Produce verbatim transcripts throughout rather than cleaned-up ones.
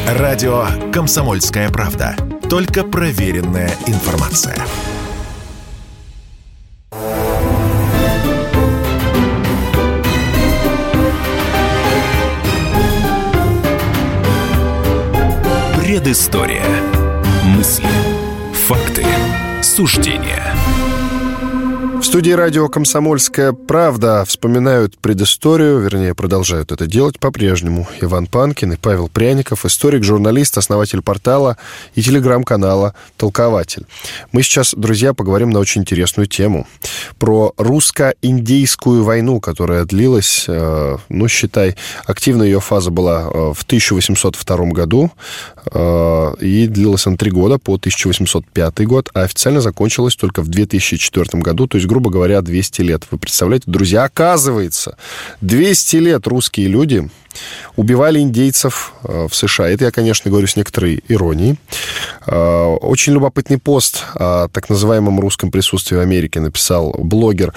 Радио «Комсомольская правда». Только проверенная информация. Предыстория. Мысли, факты, суждения. В студии радио «Комсомольская правда» вспоминают предысторию, вернее, продолжают это делать по-прежнему Иван Панкин и Павел Пряников, историк, журналист, основатель портала и телеграм-канала «Толкователь». Мы сейчас, друзья, поговорим на очень интересную тему. Про русско-индейскую войну, которая длилась, ну, считай, активная ее фаза была в тысяча восемьсот втором году, и длилась она три года, по тысяча восемьсот пятый год, а официально закончилась только в две тысячи четвёртом году, то есть, грубо говоря, двести лет. Вы представляете, друзья, оказывается, двести лет русские люди убивали индейцев в США. Это я, конечно, говорю с некоторой иронией. Очень любопытный пост о так называемом русском присутствии в Америке написал блогер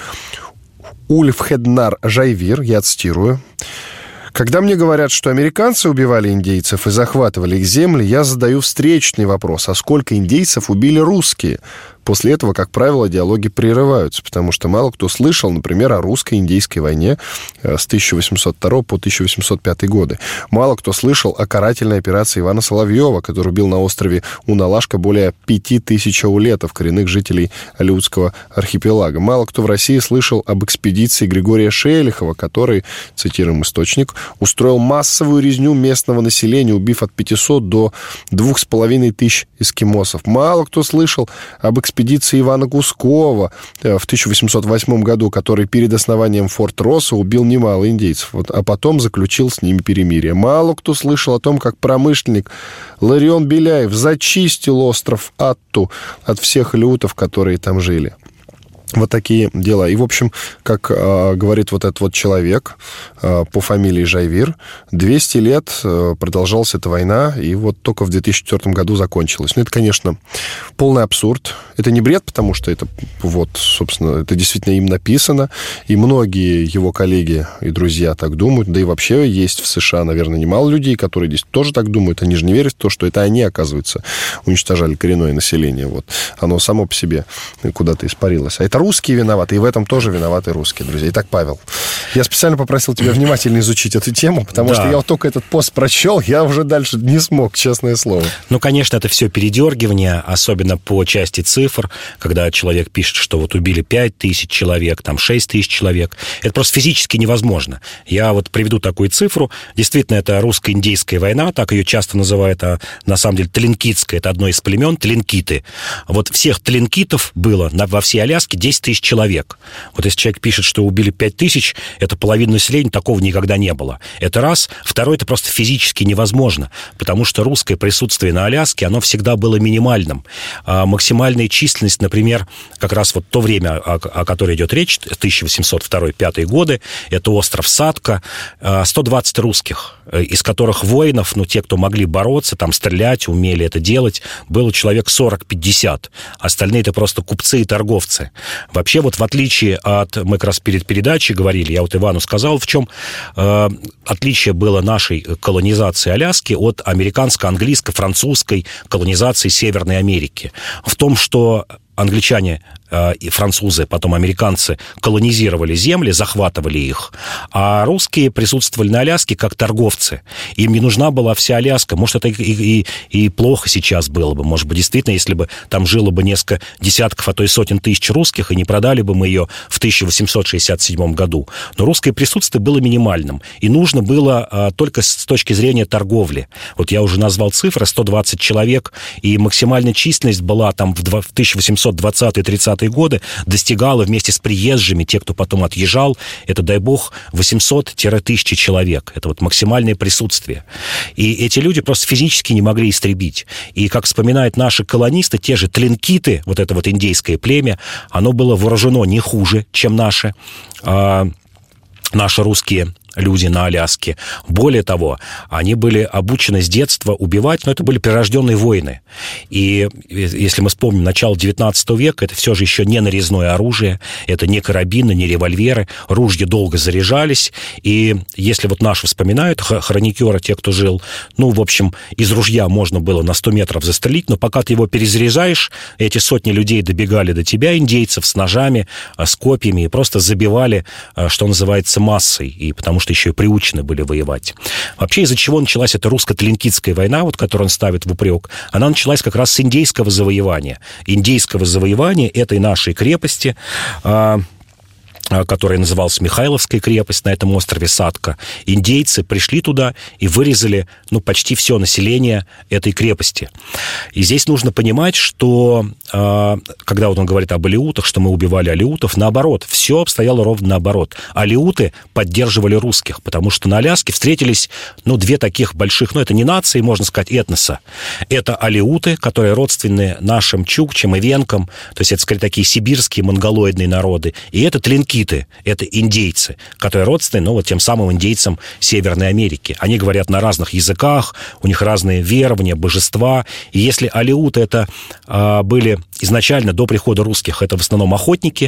Ульфхеднар Жайвир, я цитирую. «Когда мне говорят, что американцы убивали индейцев и захватывали их земли, я задаю встречный вопрос, а сколько индейцев убили русские? После этого, как правило, диалоги прерываются, потому что мало кто слышал, например, о русско-индейской войне с тысяча восемьсот второго по тысяча восемьсот пятый годы. Мало кто слышал о карательной операции Ивана Соловьева, который убил на острове Уналашка более пяти тысяч аулетов, коренных жителей Алеутского архипелага. Мало кто в России слышал об экспедиции Григория Шелихова, который, цитируем источник, устроил массовую резню местного населения, убив от пятисот до двух с половиной тысяч эскимосов. Мало кто слышал об экспедиции экспедиции Ивана Гускова в тысяча восемьсот восьмом году, который перед основанием Форт Росса убил немало индейцев, вот, а потом заключил с ними перемирие. Мало кто слышал о том, как промышленник Ларион Беляев зачистил остров Атту от всех алеутов, которые там жили. Вот такие дела. И, в общем, как э, говорит вот этот вот человек э, по фамилии Жайвир, двести лет э, продолжалась эта война, и вот только в две тысячи четвёртом году закончилась. Ну, это, конечно, полный абсурд. Это не бред, потому что это, вот, собственно, это действительно им написано, и многие его коллеги и друзья так думают, да и вообще есть в США, наверное, немало людей, которые здесь тоже так думают, они же не верят в то, что это они, оказывается, уничтожали коренное население. Вот. Оно само по себе куда-то испарилось. А это русские виноваты, и в этом тоже виноваты русские, друзья. Итак, Павел, я специально попросил тебя внимательно изучить эту тему, потому да. что я вот только этот пост прочел, я уже дальше не смог, честное слово. Ну, конечно, это все передергивание, особенно по части цифр, когда человек пишет, что вот убили пять тысяч человек, там шесть тысяч человек. Это просто физически невозможно. Я вот приведу такую цифру. Действительно, это русско-индейская война, так ее часто называют, а на самом деле тлинкитская, это одно из племен, тлинкиты. Вот всех тлинкитов было на, во всей Аляске десять тысяч человек. Вот если человек пишет, что убили пять тысяч, это половина населения, такого никогда не было. Это раз. Второе, это просто физически невозможно, потому что русское присутствие на Аляске, оно всегда было минимальным. А максимальная численность, например, как раз вот то время, о, о которой идет речь, тысяча восемьсот второй — пятый годы, это остров Сатка, сто двадцать русских, из которых воинов, ну, те, кто могли бороться, там, стрелять, умели это делать, было человек сорок-пятьдесят. Остальные — это просто купцы и торговцы. Вообще, вот в отличие от... Мы как раз перед передачей говорили, я вот Ивану сказал, в чем э, отличие было нашей колонизации Аляски от американско-английско-французской колонизации Северной Америки. В том, что англичане и французы, потом американцы колонизировали земли, захватывали их, а русские присутствовали на Аляске как торговцы. Им не нужна была вся Аляска. Может, это и, и, и плохо сейчас было бы. Может быть, действительно, если бы там жило бы несколько десятков, а то и сотен тысяч русских, и не продали бы мы ее в тысяча восемьсот шестьдесят седьмом году. Но русское присутствие было минимальным. И нужно было а, только с точки зрения торговли. Вот я уже назвал цифры, сто двадцать человек, и максимальная численность была там в тысяча восемьсот двадцатые — тридцатые годы, достигала вместе с приезжими, те, кто потом отъезжал, это, дай бог, восемьсот — тысяча человек. Это вот максимальное присутствие. И эти люди просто физически не могли истребить. И, как вспоминают наши колонисты, те же тлинкиты, вот это вот индейское племя, оно было вооружено не хуже, чем наше. А, наши русские люди на Аляске. Более того, они были обучены с детства убивать, но это были прирожденные воины. И если мы вспомним начало девятнадцатого века, это все же еще не нарезное оружие, это не карабины, не револьверы, ружья долго заряжались, и если вот наши вспоминают, хроникеры, те, кто жил, ну, в общем, из ружья можно было на сто метров застрелить, но пока ты его перезаряжаешь, эти сотни людей добегали до тебя, индейцев, с ножами, с копьями, и просто забивали, что называется, массой, и потому что еще и приучены были воевать. Вообще, из-за чего началась эта русско-тлинкитская война, вот, которую он ставит в упрек, она началась как раз с индейского завоевания. Индейского завоевания этой нашей крепости, который назывался Михайловская крепость на этом острове Сатка. Индейцы пришли туда и вырезали, ну, почти все население этой крепости. И здесь нужно понимать, что, когда вот он говорит об алеутах, что мы убивали алеутов, наоборот, все обстояло ровно наоборот. Алеуты поддерживали русских, потому что на Аляске встретились, ну, две таких больших, ну, это не нации, можно сказать, этноса. Это алеуты, которые родственны нашим чукчам и венкам, то есть это, скорее, такие сибирские монголоидные народы, и это тлинкиты. Это индейцы, которые родственны, ну, вот тем самым индейцам Северной Америки. Они говорят на разных языках, у них разные верования, божества. И если алеуты это а, были изначально до прихода русских, это в основном охотники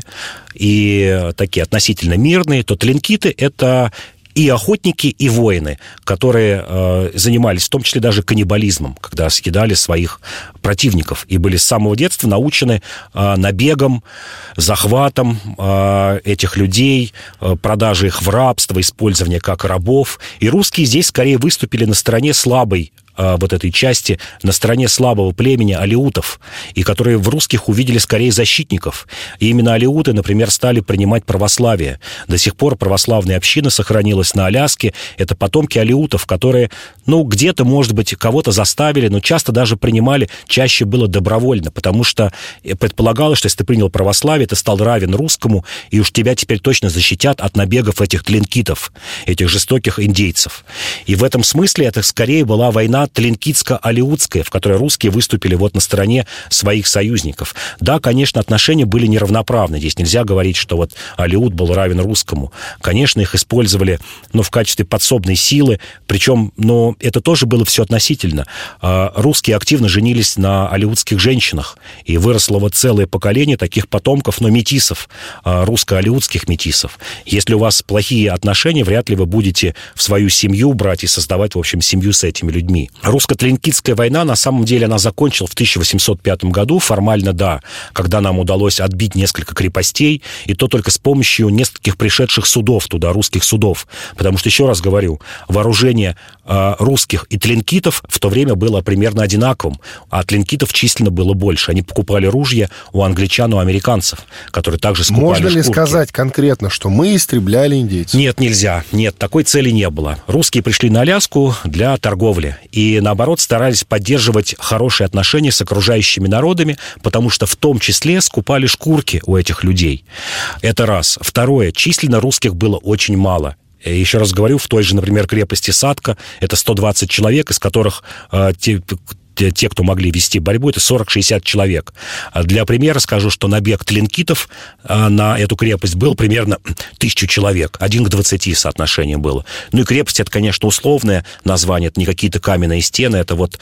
и такие относительно мирные, то тлинкиты это и охотники, и воины, которые э, занимались в том числе даже каннибализмом, когда съедали своих противников, и были с самого детства научены э, набегам, захватам э, этих людей, э, продаже их в рабство, использование как рабов. И русские здесь скорее выступили на стороне слабой вот этой части, на стороне слабого племени алеутов, и которые в русских увидели скорее защитников. И именно алеуты, например, стали принимать православие. До сих пор православная община сохранилась на Аляске. Это потомки алеутов, которые, ну, где-то, может быть, кого-то заставили, но часто даже принимали, чаще было добровольно, потому что предполагалось, что если ты принял православие, ты стал равен русскому, и уж тебя теперь точно защитят от набегов этих тлинкитов, этих жестоких индейцев. И в этом смысле это скорее была война тлинкитско-алеутская, в которой русские выступили вот на стороне своих союзников. Да, конечно, отношения были неравноправны. Здесь нельзя говорить, что вот алеут был равен русскому. Конечно, их использовали, но в качестве подсобной силы, причем, но это тоже было все относительно. Русские активно женились на алеутских женщинах, и выросло вот целое поколение таких потомков, но метисов, русско-алеутских метисов. Если у вас плохие отношения, вряд ли вы будете в свою семью брать и создавать, в общем, семью с этими людьми. Русско-тлинкитская война, на самом деле, она закончилась в тысяча восемьсот пятом году, формально, да, когда нам удалось отбить несколько крепостей, и то только с помощью нескольких пришедших судов туда, русских судов. Потому что, еще раз говорю, вооружение э, русских и тлинкитов в то время было примерно одинаковым, а тлинкитов численно было больше. Они покупали ружья у англичан, у американцев, которые также скупали Можно ли шкурки. сказать конкретно, что мы истребляли индейцев? Нет, нельзя. Нет, такой цели не было. Русские пришли на Аляску для торговли. И, наоборот, старались поддерживать хорошие отношения с окружающими народами, потому что в том числе скупали шкурки у этих людей. Это раз. Второе. Численно русских было очень мало. Еще раз говорю, в той же, например, крепости Сатка это сто двадцать человек, из которых э, те... те, кто могли вести борьбу, это сорок-шестьдесят человек. Для примера скажу, что набег тлинкитов на эту крепость был примерно тысячу человек. Один к двадцати соотношение было. Ну и крепость, это, конечно, условное название, это не какие-то каменные стены, это вот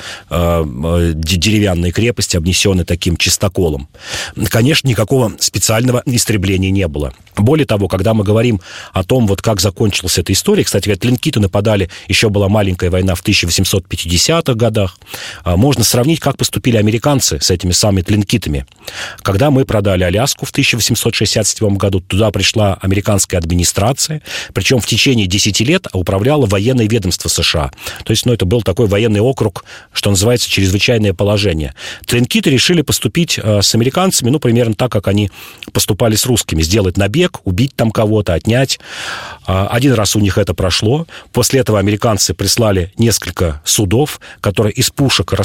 э, деревянные крепости, обнесенные таким чистоколом. Конечно, никакого специального истребления не было. Более того, когда мы говорим о том, вот как закончилась эта история, кстати, говоря, тлинкиты нападали, еще была маленькая война в тысяча восемьсот пятидесятых годах, можно сравнить, как поступили американцы с этими самыми тлинкитами. Когда мы продали Аляску в тысяча восемьсот шестьдесят седьмом году, туда пришла американская администрация, причем в течение десяти лет управляло военное ведомство США. То есть, ну, это был такой военный округ, что называется, чрезвычайное положение. Тлинкиты решили поступить э, с американцами, ну, примерно так, как они поступали с русскими. Сделать набег, убить там кого-то, отнять. Э, один раз у них это прошло. После этого американцы прислали несколько судов, которые из пушек расстреляли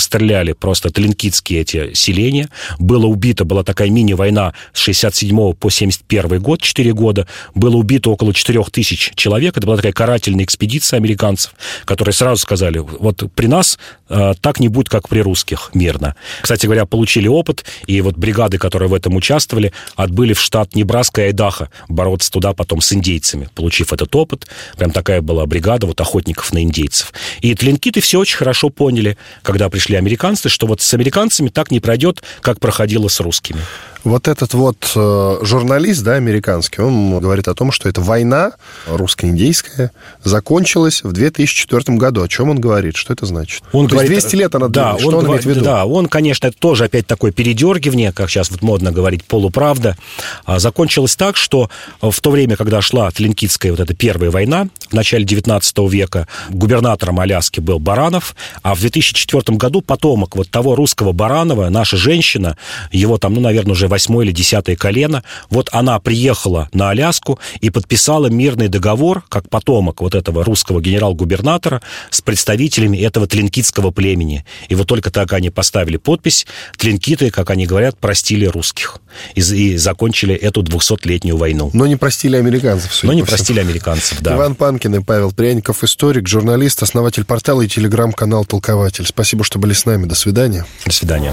расстреляли просто тлинкитские эти селения. Было убито, была такая мини-война с шестьдесят седьмого по семьдесят первый год, четыре года. Было убито около четырех тысяч человек. Это была такая карательная экспедиция американцев, которые сразу сказали, вот при нас э, так не будет, как при русских, мирно. Кстати говоря, получили опыт, и вот бригады, которые в этом участвовали, отбыли в штат Небраска и Айдахо бороться туда потом с индейцами, получив этот опыт. Прям такая была бригада вот охотников на индейцев. И тлинкиты все очень хорошо поняли, когда пришли американцы, что вот с американцами так не пройдет, как проходило с русскими. Вот этот вот э, журналист, да, американский, он говорит о том, что эта война русско-индейская закончилась в две тысячи четвёртом году. О чем он говорит? Что это значит? Он То говорит, есть двести лет она да, длилась. Что он, он имеет в виду? Да, он, конечно, это тоже опять такое передергивание, как сейчас вот модно говорить, полуправда. Закончилось так, что в то время, когда шла тлинкитская вот эта первая война, в начале девятнадцатого века, губернатором Аляски был Баранов, а в две тысячи четвёртом году потомок вот того русского Баранова, наша женщина, его там, ну, наверное, уже восьмое или десятое колено, вот она приехала на Аляску и подписала мирный договор, как потомок вот этого русского генерал-губернатора, с представителями этого тлинкитского племени. И вот только так они поставили подпись, тлинкиты, как они говорят, простили русских и, и закончили эту двухсотлетнюю войну. Но не простили американцев. Но не простили американцев, да. Иван Панкин и Павел Пряников, историк, журналист, основатель портала и телеграм-канал «Толкователь». Спасибо, что были с нами. До свидания. До свидания.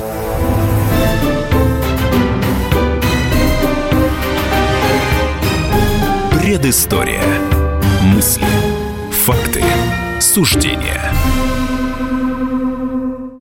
Предыстория. Мысли, факты, суждения.